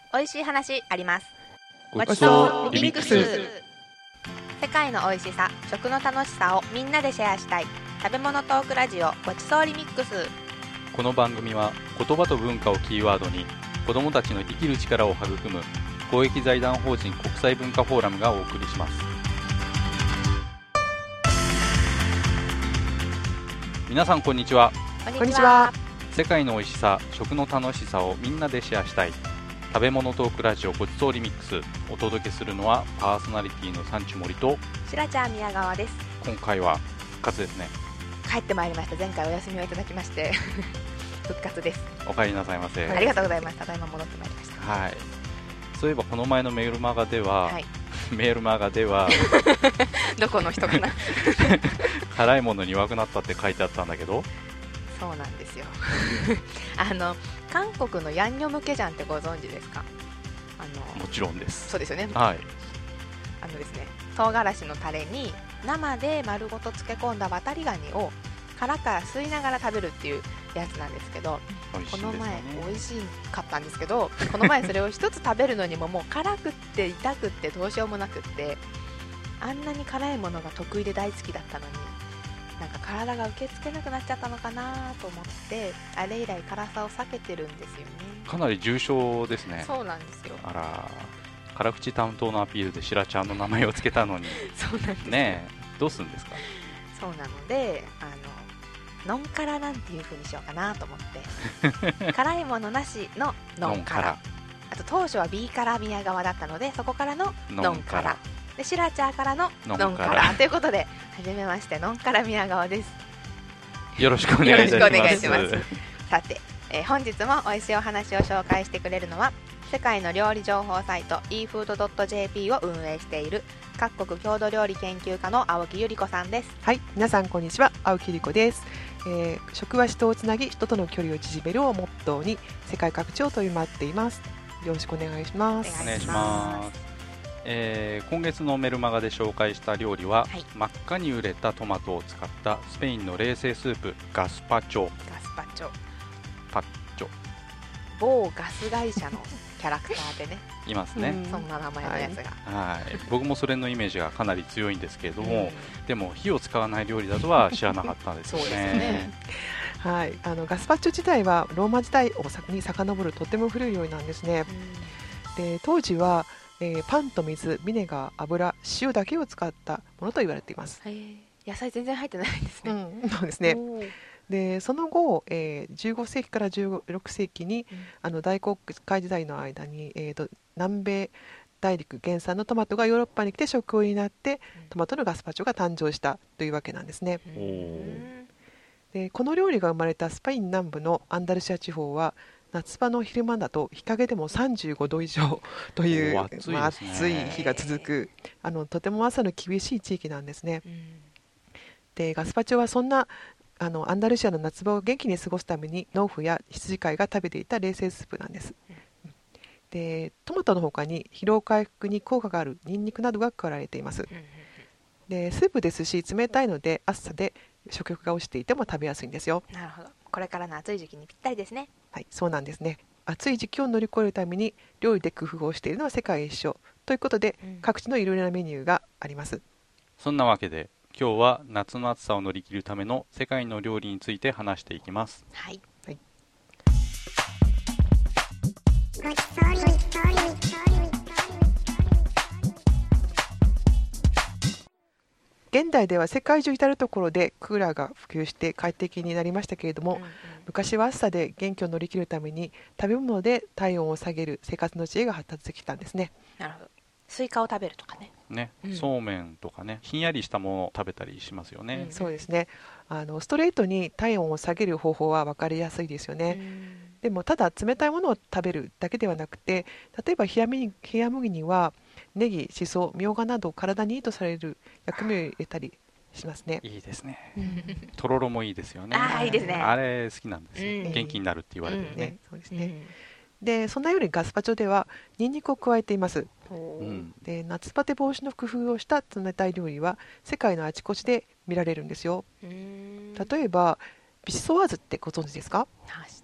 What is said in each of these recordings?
美味しい話あります。 ごちそうリミックス。 世界の美味しさ、食の楽しさをみんなでシェアしたい食べ物トークラジオごちそうリミックス。 この番組は言葉と文化をキーワードに子どもたちの生きる力を育む公益財団法人国際文化フォーラムがお送りします。皆さんこんにちは。 こんにちは。 世界の美味しさ、食の楽しさをみんなでシェアしたい食べ物トークラジオごちそうリミックス。お届けするのはパーソナリティのサンチュモリとしらちゃん宮川です。 今回は復活ですね。 帰ってまいりました。前回お休みをいただきまして復活です。 お帰りなさいませ。 ありがとうございます。ただいま戻ってまいりました。 はい。そういえばこの前のメールマガでは、 はい、 メールマガではどこの人かな辛いものに弱くなったって書いてあったんだけど、 そうなんですよ韓国のヤンニョムケジャンってご存知ですか？ もちろんです。 そうですよね。 はい。 ですね、唐辛子のタレに生で丸ごと漬け込んだワタリガニを殻から吸いながら食べるっていうやつなんですけど、 美味しいこのですよね。 前美味しかったんですけど、この前それを一つ食べるのにももう辛くって痛くってどうしようもなくって、あんなに辛いものが得意で大好きだったのに、なんか体が受け付けなくなっちゃったのかなと思って、あれ以来辛さを避けてるんですよね。 かなり重症ですね。 そうなんですよ。 あら、辛口担当のアピールでしらちゃんの名前をつけたのにそうなんですねえ、どうするんですか？ そうなので、ノン辛なんていう風にしようかなと思って辛いものなしのノン辛。あと当初は B 辛宮川だったので、そこからのノン辛で、シラチャーからのノン辛ということで、はじめましてノン辛宮川です。 よろしくお願いいたします。 よろしくお願いします。さて、本日も美味しいお話を紹介してくれるのは、世界の料理情報サイト efood.jp を運営している各国郷土料理研究家の青木由里子さんです。 はい、皆さんこんにちは、青木由里子です。食は人をつなぎ、人との距離を縮めるをモットーに世界各地を飛び回っています。よろしくお願いします。 お願いします。今月のメルマガで紹介した料理は、 はい、 真っ赤に熟れたトマトを使ったスペインの冷製スープガスパチョ。パッチョ、 某ガス会社のキャラクターでねいますね、 そんな名前のやつが、 はい、僕もそれのイメージがかなり強いんですけれども、でも火を使わない料理だとは知らなかったんですよね。 そうですね。 はい、ガスパチョ自体はローマ時代に遡るとても古い料理なんですね。で、当時はパンと水、ビネガー、油、塩だけを使ったものと言われています。 野菜全然入ってないんですね。 そうですね。で、その後、15世紀から16世紀に、大航海時代の間に、南米大陸原産のトマトがヨーロッパに来て食用になって、トマトのガスパチョが誕生したというわけなんですね。で、この料理が生まれたスペイン南部のアンダルシア地方は、夏場の昼間だと日陰でも35度以上という暑い日が続く、とても朝の厳しい地域なんですね。で、ガスパチョはそんなアンダルシアの夏場を元気に過ごすために農夫や羊飼いが食べていた冷製スープなんです。で、トマトの他に疲労回復に効果があるニンニクなどが加えられています。で、スープですし冷たいので暑さで食欲が落ちていても食べやすいんですよ。 なるほど。これからの暑い時期にぴったりですね。 はい、そうなんですね。暑い時期を乗り越えるために料理で工夫をしているのは世界一緒ということで、各地のいろいろなメニューがあります。 そんなわけで今日は夏の暑さを乗り切るための世界の料理について話していきます。 はい、はい、 現代では世界中至る所でクーラーが普及して快適になりましたけれども、昔は暑さで元気を乗り切るために食べ物で体温を下げる生活の知恵が発達してきたんですね。 なるほど。スイカを食べるとかね、 そうめんとかね、ひんやりしたものを食べたりしますよね。 そうですね。ストレートに体温を下げる方法は分かりやすいですよね。でもただ冷たいものを食べるだけではなくて、例えば冷や麦にはネギ、シソ、みょうがなど体にいいとされる薬味を入れたりしますね。 いいですね。とろろもいいですよね。 いいですね。 あれ好きなんですよ。元気になるって言われてるね。 そうですね。で、そんなよりガスパチョではニンニクを加えています。で、夏バテ防止の工夫をした冷たい料理は世界のあちこちで見られるんですよ。例えばビシソワーズってご存知ですか？ 知っ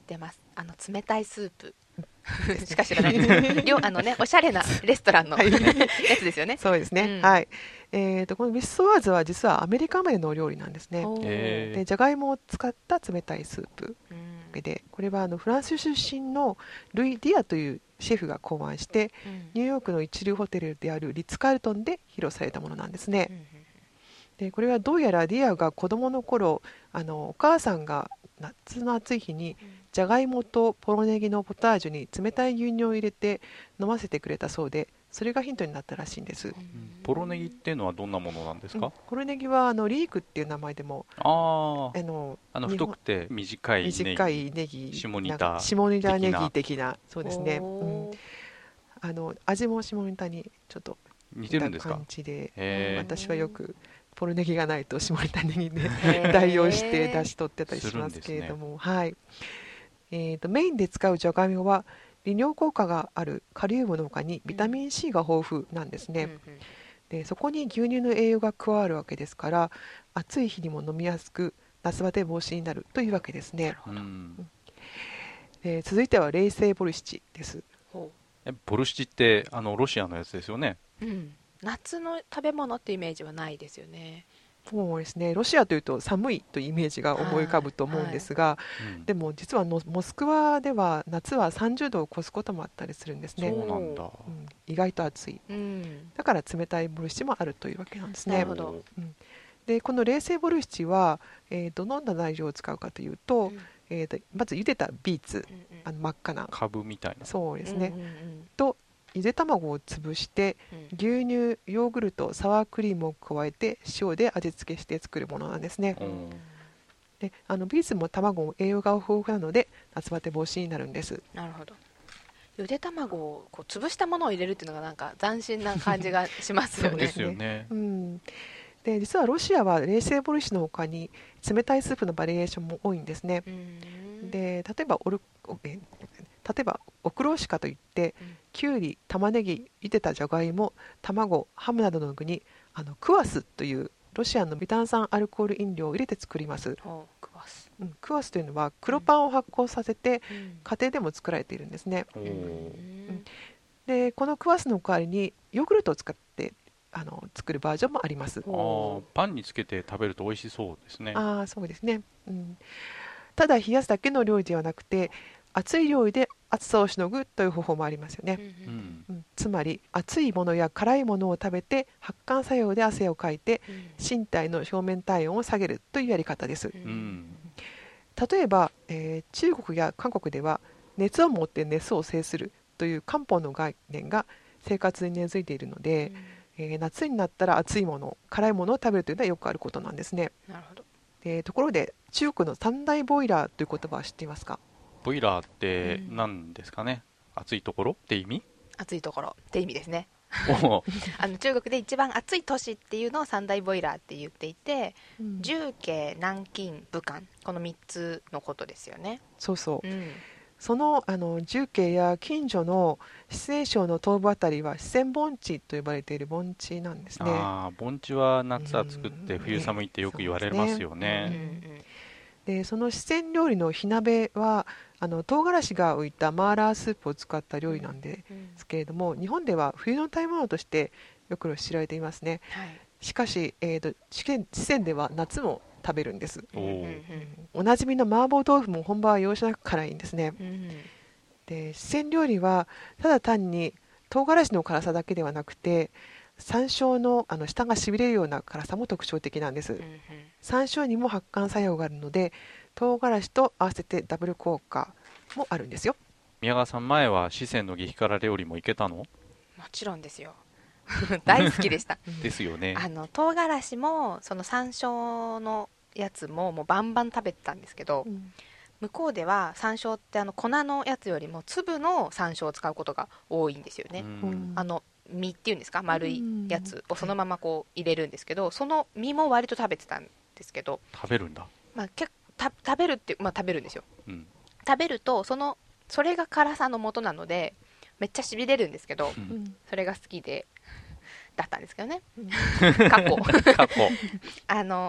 ってます。冷たいスープしか知らないですおしゃれなレストランのやつですよね。 そうですね、はい。このビスワーズは実はアメリカ生まれのお料理なんですね。でじゃがいもを使った冷たいスープで、これはフランス出身のルイ・ディアというシェフが考案して、ニューヨークの一流ホテルであるリッツ・カールトンで披露されたものなんですね。でこれはどうやらディアが子供の頃お母さんが夏の暑い日にじゃがいもとポロネギのポタージュに冷たい牛乳を入れて飲ませてくれたそうで、それがヒントになったらしいんです。 ポロネギっていうのはどんなものなんですか？ ポロネギはリークっていう名前でも、 太くて短いネギ、 下仁田ネギ的な、そうですね、味も下仁田にちょっと似てるんですか？ 感じで、私はよくポルネギがないと下仁田ネギで代用して出し取ってたりしますけれども、はい。メインで使うじゃがいもは利尿効果があるカリウムの他にビタミン C が豊富なんですね。でそこに牛乳の栄養が加わるわけですから、暑い日にも飲みやすく夏バテ防止になるというわけですね。で続いては冷製ボルシチです。 ボルシチってロシアのやつですよね。 夏の食べ物ってイメージはないですよね。 そうですね、ロシアというと寒いというイメージが思い浮かぶと思うんですが、でも実はモスクワでは夏は30度を超すこともあったりするんですね。 そうなんだ、 意外と暑い、だから冷たいボルシチもあるというわけなんですね。 なるほど。 でこの冷製ボルシチは、どんな材料を使うかというと、まず茹でたビーツ、真っ赤なカブみたいな、 そうですね、とゆで卵を潰して、牛乳、ヨーグルト、サワークリームを加えて塩で味付けして作るものなんですね。でビーツも卵も栄養が豊富なので夏バテ防止になるんです。 なるほど。ゆで卵を潰したものを入れるっていうのがなんか斬新な感じがしますよね。 ですよね。 で実はロシアは冷製ボルシチの他に冷たいスープのバリエーションも多いんですね。で例えばオクロシカといって、きゅうり、玉ねぎ、茹でたじゃがいも、卵、ハムなどの具にクワスというロシアの微炭酸アルコール飲料を入れて作ります。クワスというのは黒パンを発酵させて、家庭でも作られているんですね。でこのクワスの代わりにヨーグルトを使って作るバージョンもあります。 パンにつけて食べると美味しそうですね。 そうですね、ただ冷やすだけの料理ではなくて、熱い料理で暑さをしのぐという方法もありますよね。つまり熱いものや辛いものを食べて発汗作用で汗をかいて、身体の表面体温を下げるというやり方です。例えば、中国や韓国では熱を持って熱を制するという漢方の概念が生活に根付いているので、夏になったら熱いもの、辛いものを食べるというのはよくあることなんですね。 なるほど。 ところで中国の三大ボイラーという言葉は知っていますか？ ボイラーって何ですかね。暑いところって意味？ 暑いところって意味ですね。中国で一番暑い都市っていうのを三大ボイラーって言っていて、重慶、南京、武漢、この3つのことですよね。 そうそう、その重慶や近所の四川省の東部あたりは四川盆地と呼ばれている盆地なんですね。 盆地は夏暑くって冬寒いってよく言われますよね。 でその四川料理の火鍋は唐辛子が浮いたマーラースープを使った料理なんですけれども、日本では冬の食べ物としてよく知られていますね。しかし、四川では夏も食べるんです。おなじみの麻婆豆腐も本場は容赦なく辛いんですね。で四川料理はただ単に唐辛子の辛さだけではなくて、山椒の舌がしびれるような辛さも特徴的なんです。山椒にも発汗作用があるので、唐辛子と合わせてダブル効果もあるんですよ。 宮川さん、前は四川の激辛料理もいけたの？もちろんですよ。大好きでしたですよね。 唐辛子もその山椒のやつももうバンバン食べてたんですけど、向こうでは山椒って粉のやつよりも粒の山椒を使うことが多いんですよね。実っていうんですか、丸いやつをそのままこう入れるんですけど、その実も割と食べてたんですけど。 食べるんだ。 食べるって、食べるんですよ。食べるとそれが辛さの元なのでめっちゃしびれるんですけど、それが好きでだったんですけどね。過去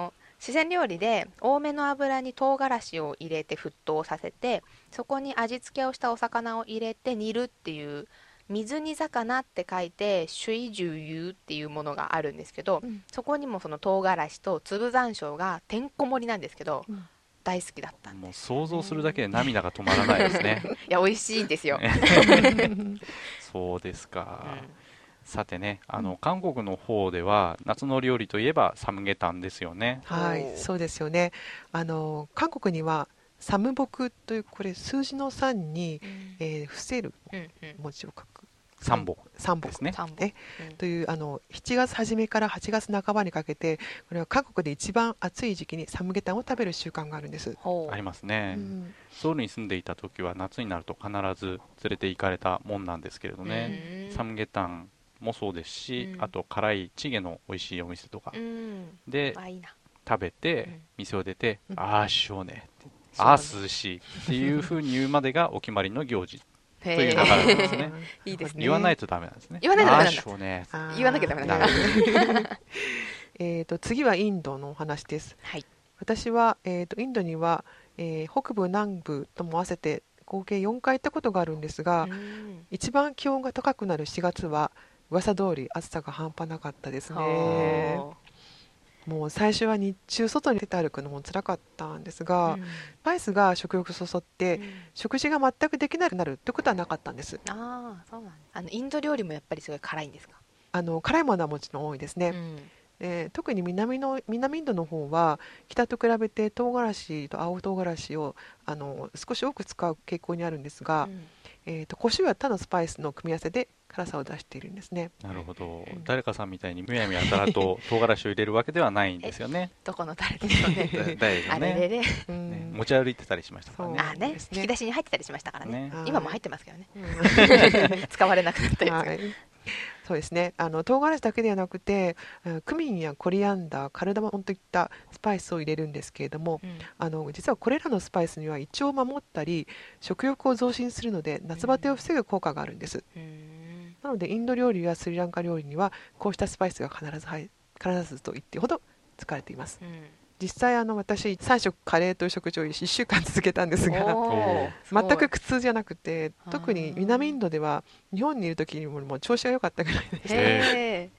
四川料理で多めの油に唐辛子を入れて沸騰させて、そこに味付けをしたお魚を入れて煮るっていう、水煮魚って書いて水煮油っていうものがあるんですけど、そこにもその唐辛子と粒山椒がてんこ盛りなんですけど、大好きだったんですよね。 もう想像するだけで涙が止まらないですね。 いや美味しいんですよ。 そうですか。さてね、韓国の方では夏の料理といえばサムゲタンですよね。 はい、そうですよね。韓国にはサムボクという、これ数字の3に、伏せる文字を書く三木三木ですね。 という7月初めから8月半ばにかけて、これは韓国で一番暑い時期にサムゲタンを食べる習慣があるんです。 ありますね。ソウルに住んでいた時は夏になると必ず連れて行かれたもんなんですけれどね、サムゲタンもそうですし、あと辛いチゲの美味しいお店とかで食べて、店を出て、ああしようね、ああ涼しいっていう風に言うまでがお決まりの行事という流れですね。 いいですね。 言わないとダメなんですね。 言わないとダメなんだ。 ああしようね。 言わなきゃダメなんだ。 次はインドのお話です。 はい、 私は、インドには、北部南部とも合わせて合計4回行ったことがあるんですが、一番気温が高くなる4月は噂通り暑さが半端なかったですね。もう最初は日中外に出て歩くのも辛かったんですが、スパイスが食欲をそそって、食事が全くできなくなるってことはなかったんです。 そうなんです。インド料理もやっぱりすごい辛いんですか？ 辛いものはもちろん多いですね。特に南インドの方は北と比べて唐辛子と青唐辛子を少し多く使う傾向にあるんですが、胡椒や他のスパイスの組み合わせで辛さを出しているんですね。 なるほど、誰かさんみたいにむやみやたらと唐辛子を入れるわけではないんですよね。 どこの誰でしょうね。あれれ持ち歩いてたりしましたからね。 引き出しに入ってたりしましたからね。今も入ってますけどね。使われなくなったやつ。 そうですね。唐辛子だけではなくて、クミンやコリアンダー、カルダモンといったスパイスを入れるんですけれども、実はこれらのスパイスには胃腸を守ったり食欲を増進するので夏バテを防ぐ効果があるんです。なのでインド料理やスリランカ料理にはこうしたスパイスが必ずと言ってほど使われています。実際私3食カレーという食事を1週間続けたんですが、全く苦痛じゃなくて、特に南インドでは日本にいる時にも調子が良かったぐらいでした。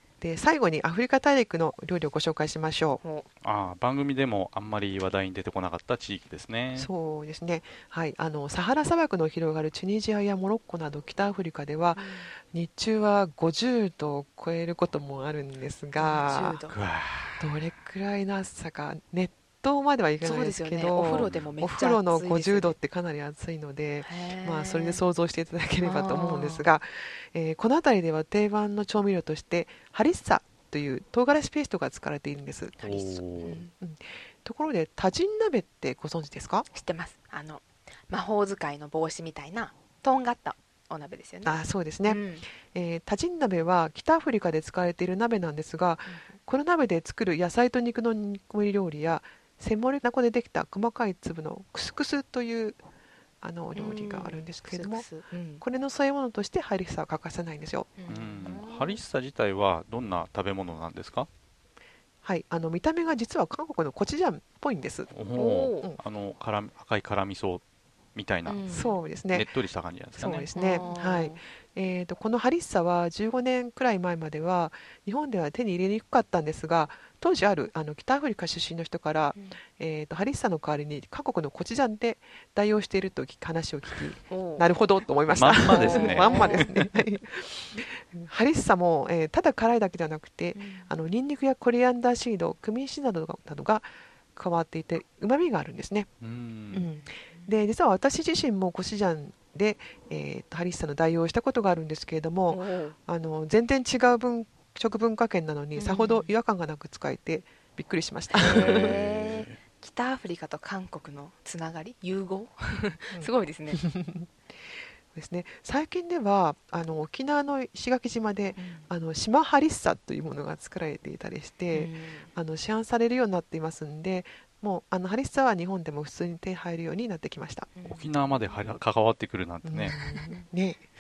で最後にアフリカ大陸の料理をご紹介しましょう。 番組でもあんまり話題に出てこなかった地域ですね。 そうですね、はい、サハラ砂漠の広がるチュニジアやモロッコなど北アフリカでは、日中は50度を超えることもあるんですが、どれくらいの暑さか、熱湯まではいかないですけど、 お風呂でもめっちゃ暑いですお風呂の50度ってかなり暑いので、それで想像していただければと思うんですが、この辺りでは定番の調味料としてハリッサという唐辛子ペーストが使われているんです。ところでタジン鍋ってご存知ですか？ 知ってます。魔法使いの帽子みたいなとんがったお鍋ですよね。 そうですね、タジン鍋は北アフリカで使われている鍋なんですが、この鍋で作る野菜と肉の煮込み料理やセモリナ粉でできた細かい粒のクスクスという料理があるんですけれども、これの添え物としてハリッサは欠かせないんですよ。 ハリッサ自体はどんな食べ物なんですか？ はい、見た目が実は韓国のコチュジャンっぽいんです。 赤い辛味噌みたいな、 そうですね、 ねっとりした感じなんですかね。 そうですね、はい。このハリッサは15年くらい前までは日本では手に入れにくかったんですが、当時ある北アフリカ出身の人から、ハリッサの代わりに韓国のコチュジャンで代用していると話を聞き、なるほどと思いました。 まんまですね。 まんまですね。ハリッサも、ただ辛いだけではなくて、ニンニクやコリアンダーシード、クミンシードなどが加わっていて旨味があるんですね。で実は私自身もコチュジャンで、ハリッサの代用をしたことがあるんですけれども、全然違う食文化圏なのにさほど違和感がなく使えてびっくりしました。 北アフリカと韓国のつながり、融合すごいですね。 ですね、最近では沖縄の石垣島で、島ハリッサというものが作られていたりして、市販されるようになっていますので、もうハリッサは日本でも普通に手に入るようになってきました。 沖縄まで関わってくるなんてね。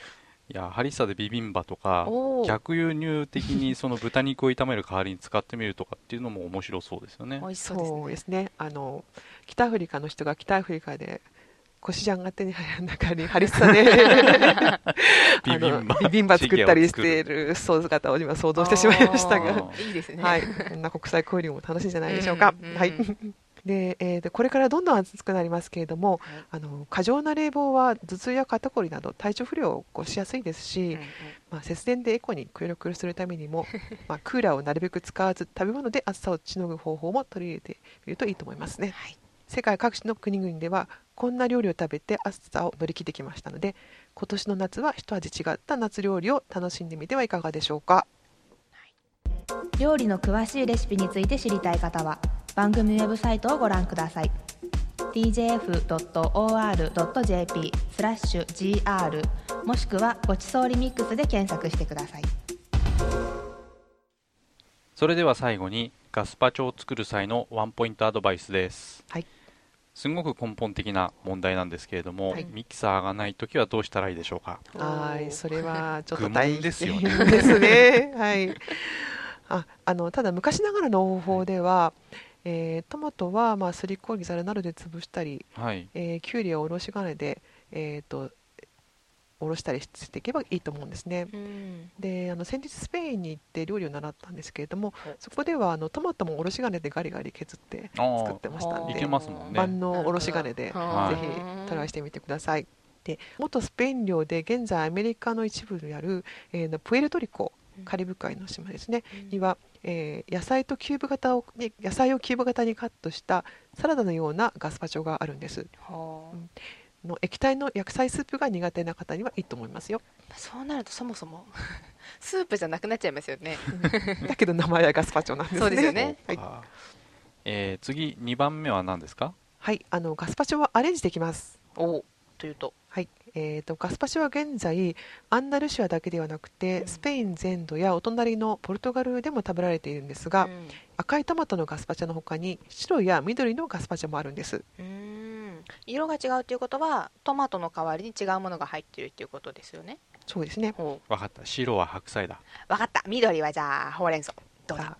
いやハリッサでビビンバとか逆輸入的にその豚肉を炒める代わりに使ってみるとかっていうのも面白そうですよね。 美味しそうですね。北アフリカの人が北アフリカでコシジャンが手に入る中にハリッサでビビンバ作ったりしている姿を今想像してしまいましたがいいですね。 はい、こんな国際交流も楽しいんじゃないでしょうか。はい。でこれからどんどん暑くなりますけれども、過剰な冷房は頭痛や肩こりなど体調不良を起こしやすいですし、節電でエコに協力するためにも、クーラーをなるべく使わず食べ物で暑さをしのぐ方法も取り入れてみるといいと思いますね。はい、世界各地の国々ではこんな料理を食べて暑さを乗り切ってきましたので、今年の夏は一味違った夏料理を楽しんでみてはいかがでしょうか。 料理の詳しいレシピについて知りたい方は番組ウェブサイトをご覧ください。 tjf.or.jp/gr もしくはごちそうリミックスで検索してください。 それでは最後にガスパチョを作る際のワンポイントアドバイスです。はい、すごく根本的な問題なんですけれども、ミキサーがないときはどうしたらいいでしょうか。 はい、それはちょっと大変ですよね。 ですね。はい。ただ昔ながらの方法では、トマトはすりこぎ皿などで潰したり、きゅうりはおろし金で、おろしたりしていけばいいと思うんですね。で先日スペインに行って料理を習ったんですけれども、そこではトマトもおろし金でガリガリ削って作ってましたので、万能おろし金でぜひトライしてみてください。で元スペイン領で現在アメリカの一部である、プエルトリコ、カリブ海の島ですね、には、野菜をキューブ型にカットしたサラダのようなガスパチョがあるんです。液体の野菜スープが苦手な方にはいいと思いますよ。 そうなるとそもそもスープじゃなくなっちゃいますよね。 だけど名前はガスパチョなんですね。 そうですよね。 はい、次2番目は何ですか。 はい、ガスパチョはアレンジできます。 というと、 はい、ガスパチョは現在アンダルシアだけではなくて、スペイン全土やお隣のポルトガルでも食べられているんですが、赤いトマトのガスパチョの他に白や緑のガスパチョもあるんです。 色が違うということはトマトの代わりに違うものが入っているということですよね。 そうですね。 分かった。白は白菜だ。 分かった。緑はじゃあほうれん草。どうだ。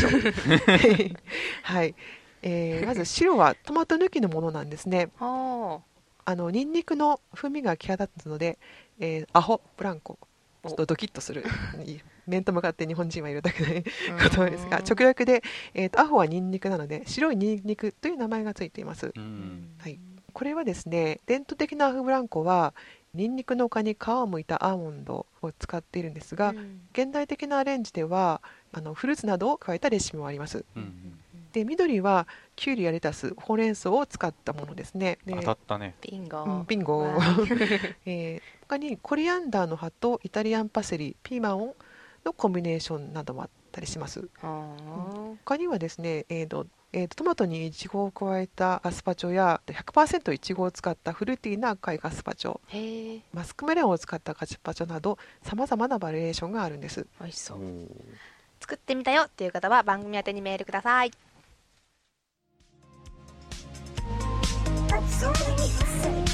はい、まず白はトマト抜きのものなんですね。ニンニクの風味が際立つので、アホブランコ、ちょっとドキッとする面と向かって日本人は言うだけない言葉ですが、直訳で、アホはニンニクなので白いニンニクという名前がついています。はい、これはですね、伝統的なアホブランコはニンニクの他に皮を剥いたアーモンドを使っているんですが、現代的なアレンジではフルーツなどを加えたレシピもあります。で緑はキュウリやレタス、ほうれん草を使ったものですね。 当たったね。 ビンゴ、 ビンゴ他にコリアンダーの葉とイタリアンパセリ、ピーマンのコンビネーションなどもあったりします。他にはですね、トマトにイチゴを加えたガスパチョや 100% イチゴを使ったフルーティーな赤いガスパチョ、マスクメロンを使ったガスパチョなどさまざまなバリエーションがあるんです。 美味しそう。作ってみたよっていう方は番組宛てにメールください。 That's so